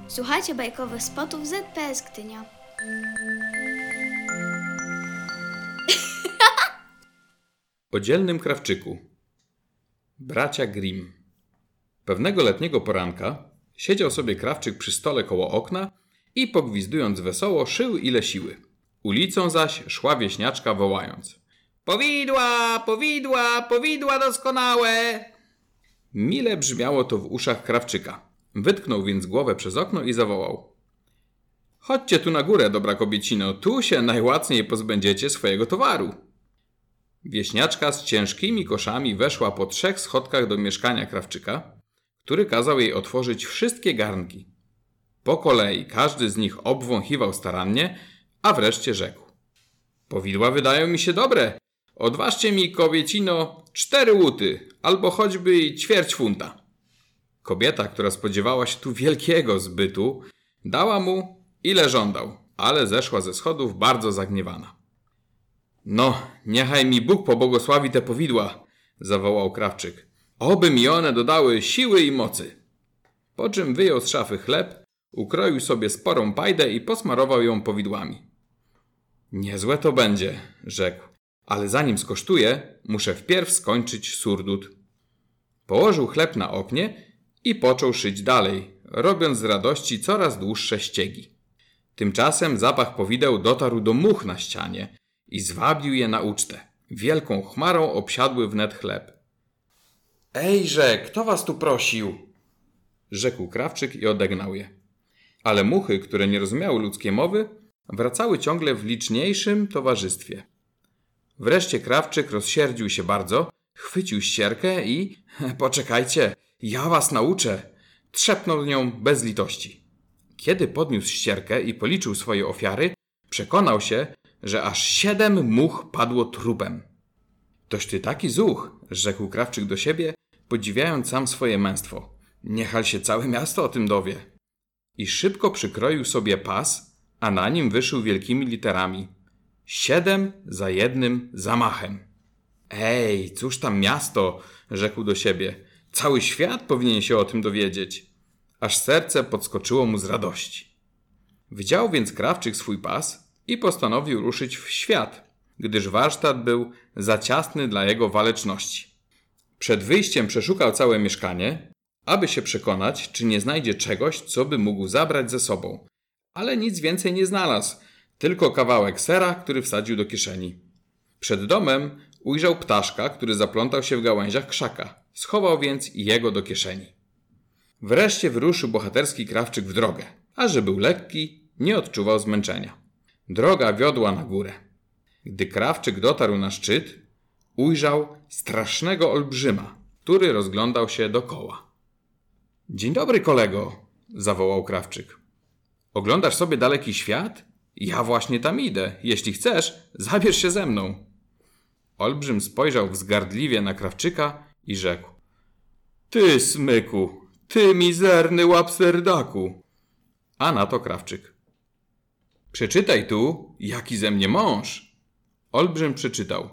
Słuchajcie bajkowych spotów ZPS Gdynia. O dzielnym krawczyku. Bracia Grimm. Pewnego letniego poranka siedział sobie krawczyk przy stole koło okna i pogwizdując wesoło szył ile siły. Ulicą zaś szła wieśniaczka wołając: powidła, powidła, powidła doskonałe! Mile brzmiało to w uszach krawczyka. Wytknął więc głowę przez okno i zawołał: chodźcie tu na górę, dobra kobiecino, tu się najłatwiej pozbędziecie swojego towaru. Wieśniaczka z ciężkimi koszami weszła po 3 schodkach do mieszkania krawczyka, który kazał jej otworzyć wszystkie garnki. Po kolei każdy z nich obwąchiwał starannie, a wreszcie rzekł: powidła wydają mi się dobre. Odważcie mi, kobiecino, 4 łuty, albo choćby i 1/4 funta. Kobieta, która spodziewała się tu wielkiego zbytu, dała mu ile żądał, ale zeszła ze schodów bardzo zagniewana. No, niechaj mi Bóg pobłogosławi te powidła, zawołał krawczyk. Oby mi one dodały siły i mocy. Po czym wyjął z szafy chleb, ukroił sobie sporą pajdę i posmarował ją powidłami. Niezłe to będzie, rzekł, ale zanim skosztuję, muszę wpierw skończyć surdut. Położył chleb na oknie i począł szyć dalej, robiąc z radości coraz dłuższe ściegi. Tymczasem zapach powideł dotarł do much na ścianie i zwabił je na ucztę. Wielką chmarą obsiadły wnet chleb. Ejże, kto was tu prosił? Rzekł krawczyk i odegnał je. Ale muchy, które nie rozumiały ludzkiej mowy, wracały ciągle w liczniejszym towarzystwie. Wreszcie krawczyk rozsierdził się bardzo, chwycił ścierkę i... poczekajcie, ja was nauczę! Trzepnął nią bez litości. Kiedy podniósł ścierkę i policzył swoje ofiary, przekonał się, że aż 7 much padło trupem. Toś ty taki zuch, rzekł krawczyk do siebie, podziwiając sam swoje męstwo. Niechal się całe miasto o tym dowie. I szybko przykroił sobie pas, a na nim wyszył wielkimi literami: 7 za jednym zamachem. Ej, cóż tam miasto, rzekł do siebie. Cały świat powinien się o tym dowiedzieć. Aż serce podskoczyło mu z radości. Wziął więc krawczyk swój pas i postanowił ruszyć w świat, gdyż warsztat był za ciasny dla jego waleczności. Przed wyjściem przeszukał całe mieszkanie, aby się przekonać, czy nie znajdzie czegoś, co by mógł zabrać ze sobą. Ale nic więcej nie znalazł, tylko kawałek sera, który wsadził do kieszeni. Przed domem ujrzał ptaszka, który zaplątał się w gałęziach krzaka. Schował więc i jego do kieszeni. Wreszcie wyruszył bohaterski krawczyk w drogę, a że był lekki, nie odczuwał zmęczenia. Droga wiodła na górę. Gdy krawczyk dotarł na szczyt, ujrzał strasznego olbrzyma, który rozglądał się dokoła. Dzień dobry, kolego, zawołał krawczyk. Oglądasz sobie daleki świat? Ja właśnie tam idę. Jeśli chcesz, zabierz się ze mną. Olbrzym spojrzał wzgardliwie na krawczyka i rzekł: ty, smyku, ty mizerny łapserdaku. A na to krawczyk: przeczytaj tu, jaki ze mnie mąż. Olbrzym przeczytał: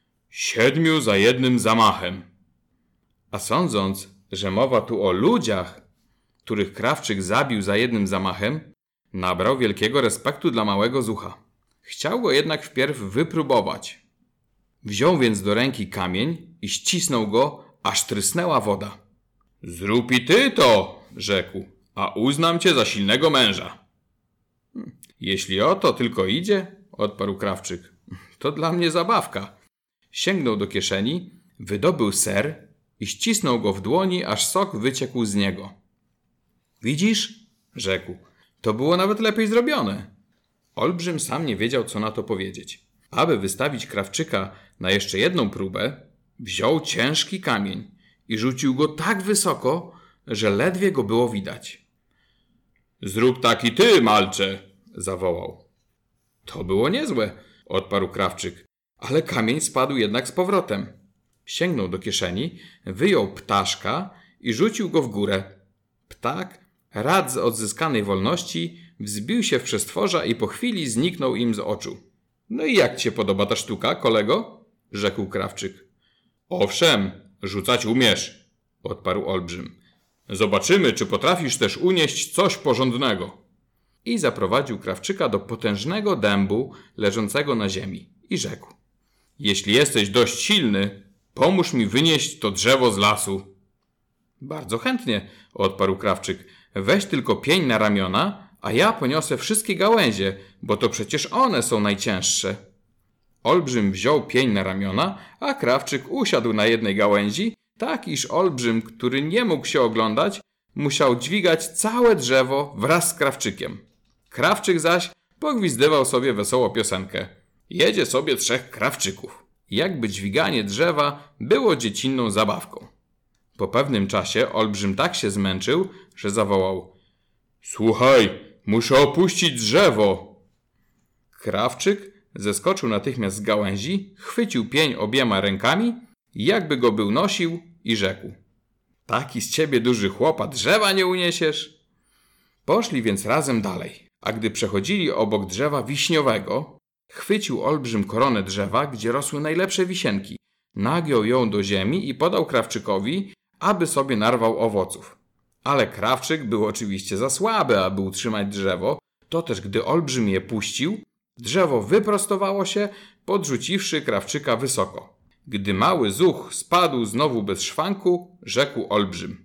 7 za jednym zamachem. A sądząc, że mowa tu o ludziach, których krawczyk zabił za jednym zamachem, nabrał wielkiego respektu dla małego zucha. Chciał go jednak wpierw wypróbować. Wziął więc do ręki kamień i ścisnął go, aż trysnęła woda. Zrób i ty to, rzekł, a uznam cię za silnego męża. Jeśli o to tylko idzie, odparł krawczyk, to dla mnie zabawka. Sięgnął do kieszeni, wydobył ser i ścisnął go w dłoni, aż sok wyciekł z niego. Widzisz, rzekł, to było nawet lepiej zrobione. Olbrzym sam nie wiedział, co na to powiedzieć. Aby wystawić krawczyka na jeszcze jedną próbę, wziął ciężki kamień i rzucił go tak wysoko, że ledwie go było widać. Zrób tak i ty, malcze, zawołał. To było niezłe, odparł krawczyk, ale kamień spadł jednak z powrotem. Sięgnął do kieszeni, wyjął ptaszka i rzucił go w górę. Ptak, rad z odzyskanej wolności, wzbił się w przestworza i po chwili zniknął im z oczu. No i jak ci się podoba ta sztuka, kolego? Rzekł krawczyk. Owszem, rzucać umiesz, odparł olbrzym. Zobaczymy, czy potrafisz też unieść coś porządnego. I zaprowadził krawczyka do potężnego dębu leżącego na ziemi i rzekł: jeśli jesteś dość silny, pomóż mi wynieść to drzewo z lasu. Bardzo chętnie, odparł krawczyk. Weź tylko pień na ramiona, a ja poniosę wszystkie gałęzie, bo to przecież one są najcięższe. Olbrzym wziął pień na ramiona, a krawczyk usiadł na jednej gałęzi, tak iż olbrzym, który nie mógł się oglądać, musiał dźwigać całe drzewo wraz z krawczykiem. Krawczyk zaś pogwizdywał sobie wesoło piosenkę. Jedzie sobie 3 krawczyków. Jakby dźwiganie drzewa było dziecinną zabawką. Po pewnym czasie olbrzym tak się zmęczył, że zawołał: słuchaj, muszę opuścić drzewo. Krawczyk zeskoczył natychmiast z gałęzi, chwycił pień obiema rękami, jakby go był nosił i rzekł: taki z ciebie duży chłopa, drzewa nie uniesiesz? Poszli więc razem dalej, a gdy przechodzili obok drzewa wiśniowego, chwycił olbrzym koronę drzewa, gdzie rosły najlepsze wisienki, nagiął ją do ziemi i podał krawczykowi, aby sobie narwał owoców. Ale krawczyk był oczywiście za słaby, aby utrzymać drzewo, to też gdy olbrzym je puścił, drzewo wyprostowało się, podrzuciwszy krawczyka wysoko. Gdy mały zuch spadł znowu bez szwanku, rzekł olbrzym: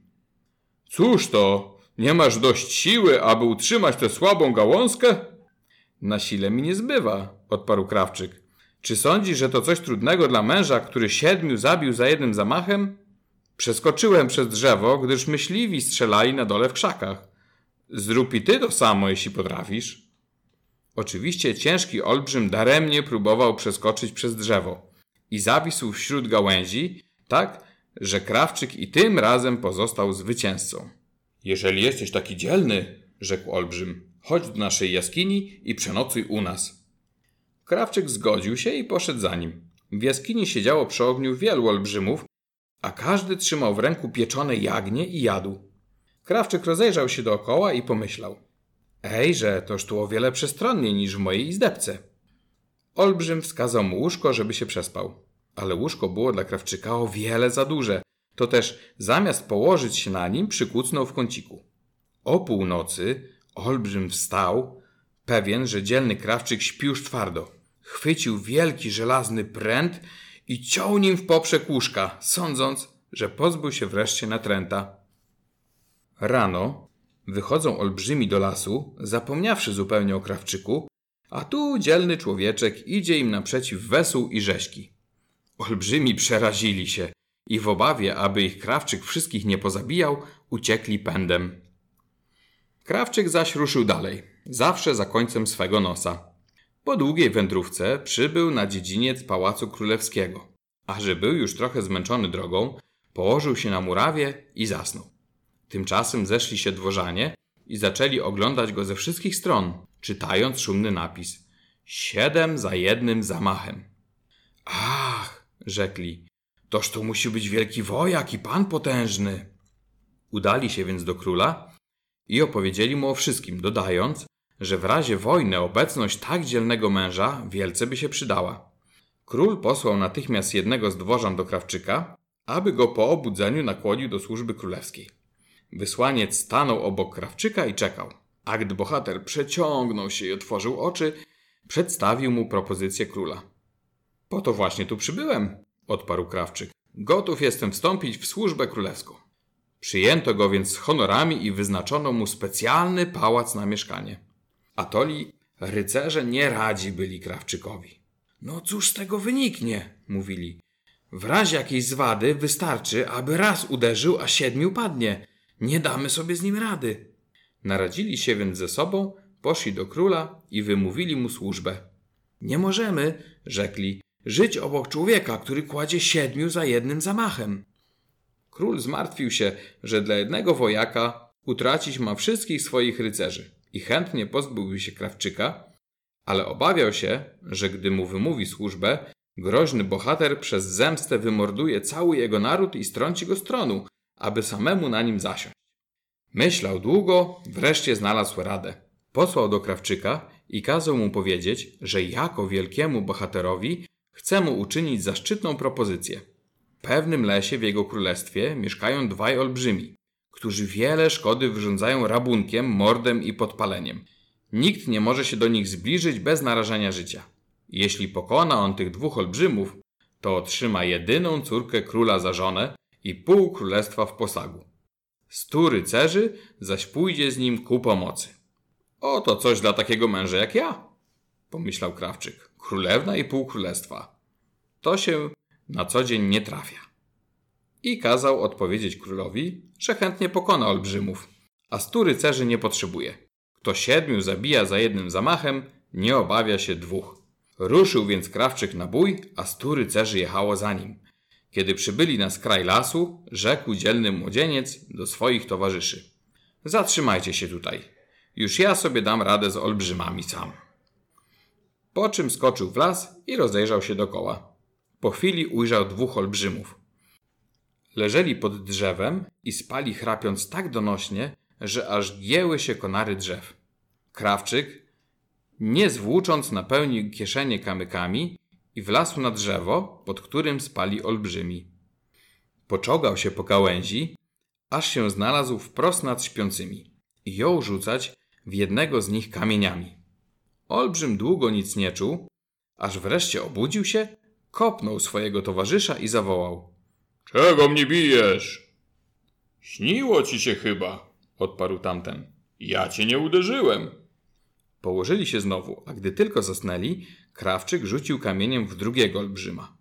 cóż to, nie masz dość siły, aby utrzymać tę słabą gałązkę? Na sile mi nie zbywa, odparł krawczyk. Czy sądzisz, że to coś trudnego dla męża, który 7 zabił za jednym zamachem? Przeskoczyłem przez drzewo, gdyż myśliwi strzelali na dole w krzakach. Zrób i ty to samo, jeśli potrafisz. Oczywiście ciężki olbrzym daremnie próbował przeskoczyć przez drzewo i zawisł wśród gałęzi, tak, że krawczyk i tym razem pozostał zwycięzcą. Jeżeli jesteś taki dzielny, rzekł olbrzym, chodź do naszej jaskini i przenocuj u nas. Krawczyk zgodził się i poszedł za nim. W jaskini siedziało przy ogniu wielu olbrzymów, a każdy trzymał w ręku pieczone jagnię i jadł. Krawczyk rozejrzał się dookoła i pomyślał: ejże, toż tu o wiele przestronniej niż w mojej izdebce. Olbrzym wskazał mu łóżko, żeby się przespał. Ale łóżko było dla krawczyka o wiele za duże. To też zamiast położyć się na nim, przykucnął w kąciku. O północy olbrzym wstał, pewien, że dzielny krawczyk śpi już twardo. Chwycił wielki żelazny pręt i ciął nim w poprzek łóżka, sądząc, że pozbył się wreszcie natręta. Rano wychodzą olbrzymi do lasu, zapomniawszy zupełnie o krawczyku, a tu dzielny człowieczek idzie im naprzeciw wesół i rzeźki. Olbrzymi przerazili się i w obawie, aby ich krawczyk wszystkich nie pozabijał, uciekli pędem. Krawczyk zaś ruszył dalej, zawsze za końcem swego nosa. Po długiej wędrówce przybył na dziedziniec Pałacu Królewskiego, a że był już trochę zmęczony drogą, położył się na murawie i zasnął. Tymczasem zeszli się dworzanie i zaczęli oglądać go ze wszystkich stron, czytając szumny napis: 7 za jednym zamachem. Ach, rzekli, toż to musi być wielki wojak i pan potężny. Udali się więc do króla i opowiedzieli mu o wszystkim, dodając, że w razie wojny obecność tak dzielnego męża wielce by się przydała. Król posłał natychmiast jednego z dworzan do krawczyka, aby go po obudzeniu nakłonił do służby królewskiej. Wysłaniec stanął obok krawczyka i czekał, a gdy bohater przeciągnął się i otworzył oczy, przedstawił mu propozycję króla. Po to właśnie tu przybyłem, odparł krawczyk. Gotów jestem wstąpić w służbę królewską. Przyjęto go więc z honorami i wyznaczono mu specjalny pałac na mieszkanie. Atoli rycerze nie radzi byli krawczykowi. No cóż z tego wyniknie, mówili. W razie jakiejś zwady wystarczy, aby raz uderzył, a 7 padnie. Nie damy sobie z nim rady. Naradzili się więc ze sobą, poszli do króla i wymówili mu służbę. Nie możemy, rzekli, żyć obok człowieka, który kładzie 7 za jednym zamachem. Król zmartwił się, że dla jednego wojaka utracić ma wszystkich swoich rycerzy i chętnie pozbyłby się krawczyka, ale obawiał się, że gdy mu wymówi służbę, groźny bohater przez zemstę wymorduje cały jego naród i strąci go z tronu, aby samemu na nim zasiąść. Myślał długo, wreszcie znalazł radę. Posłał do krawczyka i kazał mu powiedzieć, że jako wielkiemu bohaterowi chce mu uczynić zaszczytną propozycję. W pewnym lesie w jego królestwie mieszkają 2 olbrzymi, którzy wiele szkody wyrządzają rabunkiem, mordem i podpaleniem. Nikt nie może się do nich zbliżyć bez narażenia życia. Jeśli pokona on tych 2 olbrzymów, to otrzyma jedyną córkę króla za żonę i pół królestwa w posagu. 100 rycerzy zaś pójdzie z nim ku pomocy. Oto coś dla takiego męża jak ja, pomyślał Krawczyk. Królewna i pół królestwa. To się na co dzień nie trafia. I kazał odpowiedzieć królowi, że chętnie pokona olbrzymów, a 100 rycerzy nie potrzebuje. Kto 7 zabija za jednym zamachem, nie obawia się 2. Ruszył więc Krawczyk na bój, a 100 rycerzy jechało za nim. Kiedy przybyli na skraj lasu, rzekł dzielny młodzieniec do swoich towarzyszy: zatrzymajcie się tutaj. Już ja sobie dam radę z olbrzymami sam. Po czym skoczył w las i rozejrzał się dokoła. Po chwili ujrzał 2 olbrzymów. Leżeli pod drzewem i spali chrapiąc tak donośnie, że aż gięły się konary drzew. Krawczyk, nie zwłócząc, napełnił kieszenie kamykami i wlazł na drzewo, pod którym spali olbrzymi. Poczołgał się po gałęzi, aż się znalazł wprost nad śpiącymi i jął rzucać w jednego z nich kamieniami. Olbrzym długo nic nie czuł, aż wreszcie obudził się, kopnął swojego towarzysza i zawołał: czego mnie bijesz? Śniło ci się chyba, odparł tamten. Ja cię nie uderzyłem. Położyli się znowu, a gdy tylko zasnęli, Krawczyk rzucił kamieniem w drugiego olbrzyma.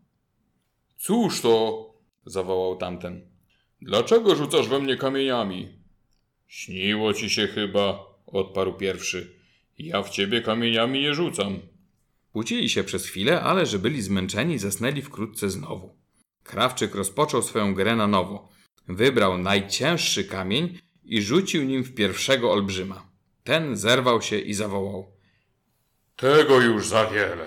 Cóż to? Zawołał tamten. Dlaczego rzucasz we mnie kamieniami? Śniło ci się chyba, odparł pierwszy. Ja w ciebie kamieniami nie rzucam. Kłócili się przez chwilę, ale że byli zmęczeni, zasnęli wkrótce znowu. Krawczyk rozpoczął swoją grę na nowo. Wybrał najcięższy kamień i rzucił nim w pierwszego olbrzyma. Ten zerwał się i zawołał: tego już za wiele.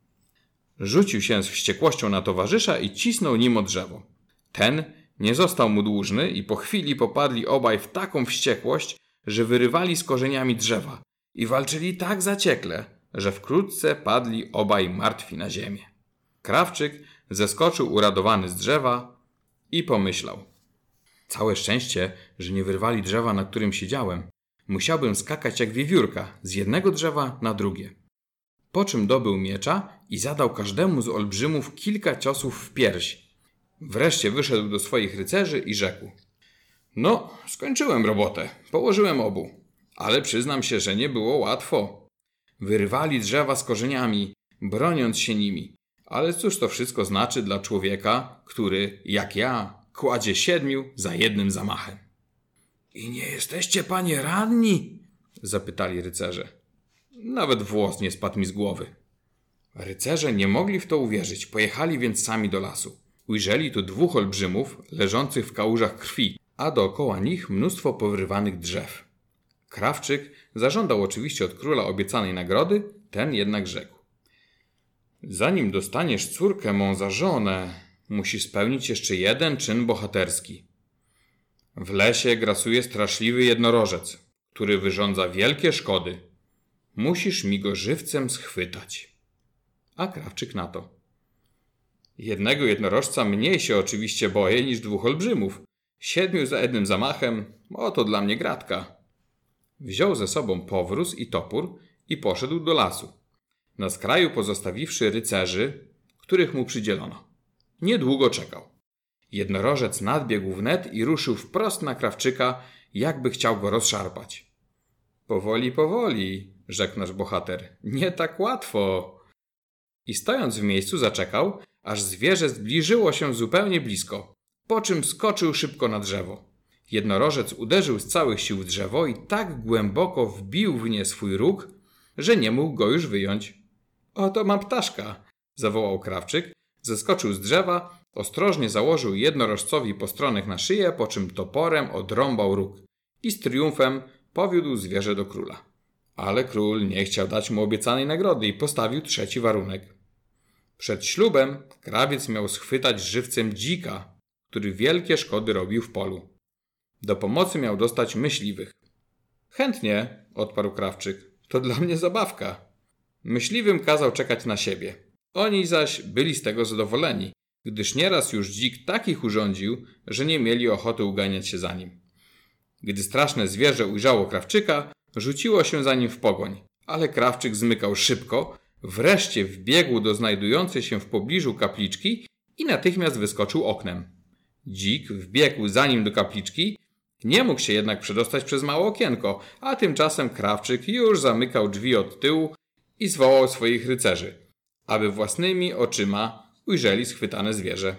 Rzucił się z wściekłością na towarzysza i cisnął nim o drzewo. Ten nie został mu dłużny i po chwili popadli obaj w taką wściekłość, że wyrywali z korzeniami drzewa i walczyli tak zaciekle, że wkrótce padli obaj martwi na ziemię. Krawczyk zeskoczył uradowany z drzewa i pomyślał: całe szczęście, że nie wyrwali drzewa, na którym siedziałem. Musiałbym skakać jak wiewiórka z jednego drzewa na drugie. Po czym dobył miecza i zadał każdemu z olbrzymów kilka ciosów w pierś. Wreszcie wyszedł do swoich rycerzy i rzekł: no, skończyłem robotę, położyłem obu, ale przyznam się, że nie było łatwo. Wyrywali drzewa z korzeniami, broniąc się nimi, ale cóż to wszystko znaczy dla człowieka, który, jak ja, kładzie 7 za jednym zamachem. I nie jesteście, panie, ranni? Zapytali rycerze. Nawet włos nie spadł mi z głowy. Rycerze nie mogli w to uwierzyć, pojechali więc sami do lasu. Ujrzeli tu 2 olbrzymów leżących w kałużach krwi, a dookoła nich mnóstwo powyrywanych drzew. Krawczyk zażądał oczywiście od króla obiecanej nagrody, ten jednak rzekł: zanim dostaniesz córkę mą za żonę, musisz spełnić jeszcze jeden czyn bohaterski. W lesie grasuje straszliwy jednorożec, który wyrządza wielkie szkody. Musisz mi go żywcem schwytać. A Krawczyk na to: jednego jednorożca mniej się oczywiście boję niż 2 olbrzymów. 7 za jednym zamachem, oto dla mnie gratka. Wziął ze sobą powróz i topór i poszedł do lasu, na skraju pozostawiwszy rycerzy, których mu przydzielono. Niedługo czekał. Jednorożec nadbiegł wnet i ruszył wprost na Krawczyka, jakby chciał go rozszarpać. Powoli, powoli, rzekł nasz bohater. Nie tak łatwo. I stojąc w miejscu zaczekał, aż zwierzę zbliżyło się zupełnie blisko, po czym skoczył szybko na drzewo. Jednorożec uderzył z całych sił w drzewo i tak głęboko wbił w nie swój róg, że nie mógł go już wyjąć. Oto mam ptaszka, zawołał Krawczyk, zeskoczył z drzewa, ostrożnie założył jednorożcowi postronek na szyję, po czym toporem odrąbał róg i z triumfem powiódł zwierzę do króla. Ale król nie chciał dać mu obiecanej nagrody i postawił 3. warunek. Przed ślubem krawiec miał schwytać żywcem dzika, który wielkie szkody robił w polu. Do pomocy miał dostać myśliwych. Chętnie, odparł Krawczyk, to dla mnie zabawka. Myśliwym kazał czekać na siebie. Oni zaś byli z tego zadowoleni, gdyż nieraz już dzik takich urządził, że nie mieli ochoty uganiać się za nim. Gdy straszne zwierzę ujrzało krawczyka, rzuciło się za nim w pogoń, ale krawczyk zmykał szybko, wreszcie wbiegł do znajdującej się w pobliżu kapliczki i natychmiast wyskoczył oknem. Dzik wbiegł za nim do kapliczki, nie mógł się jednak przedostać przez małe okienko, a tymczasem krawczyk już zamykał drzwi od tyłu i zwołał swoich rycerzy, aby własnymi oczyma ujrzeli schwytane zwierzę.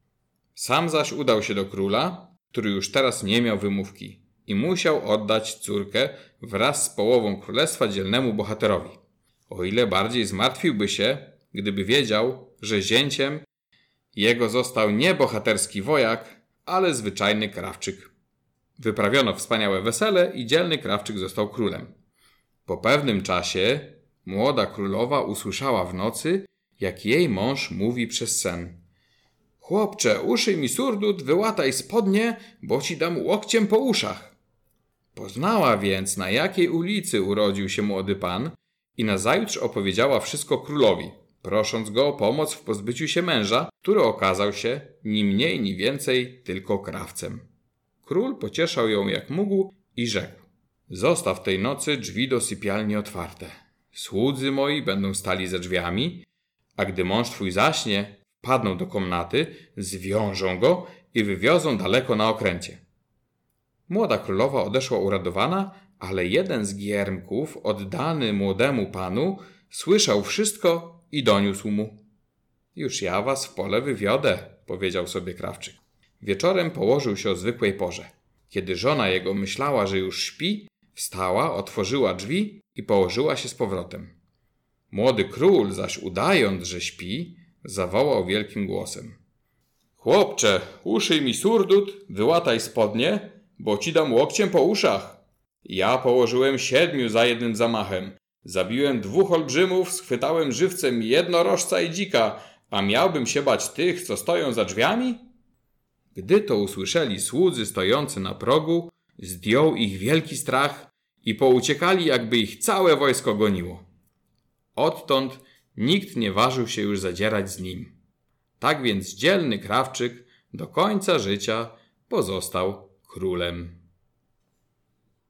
Sam zaś udał się do króla, który już teraz nie miał wymówki i musiał oddać córkę wraz z połową królestwa dzielnemu bohaterowi. O ile bardziej zmartwiłby się, gdyby wiedział, że zięciem jego został nie bohaterski wojak, ale zwyczajny krawczyk. Wyprawiono wspaniałe wesele i dzielny krawczyk został królem. Po pewnym czasie młoda królowa usłyszała w nocy, jak jej mąż mówi przez sen: Chłopcze, uszyj mi surdut, wyłataj spodnie, bo ci dam łokciem po uszach. Poznała więc, na jakiej ulicy urodził się młody pan i nazajutrz opowiedziała wszystko królowi, prosząc go o pomoc w pozbyciu się męża, który okazał się ni mniej ni więcej tylko krawcem. Król pocieszał ją jak mógł i rzekł: Zostaw tej nocy drzwi do sypialni otwarte. Słudzy moi będą stali za drzwiami, a gdy mąż twój zaśnie, wpadną do komnaty, zwiążą go i wywiozą daleko na okręcie. Młoda królowa odeszła uradowana, ale jeden z giermków, oddany młodemu panu, słyszał wszystko i doniósł mu: Już ja was w pole wywiodę, powiedział sobie krawczyk. Wieczorem położył się o zwykłej porze. Kiedy żona jego myślała, że już śpi, wstała, otworzyła drzwi i położyła się z powrotem. Młody król zaś, udając, że śpi, zawołał wielkim głosem: Chłopcze, uszyj mi surdut, wyłataj spodnie, bo ci dam łokciem po uszach. Ja położyłem 7 za jednym zamachem. Zabiłem 2 olbrzymów, schwytałem żywcem jednorożca i dzika, a miałbym się bać tych, co stoją za drzwiami? Gdy to usłyszeli słudzy stojący na progu, zdjął ich wielki strach i pouciekali, jakby ich całe wojsko goniło. Odtąd nikt nie ważył się już zadzierać z nim. Tak więc dzielny krawczyk do końca życia pozostał królem.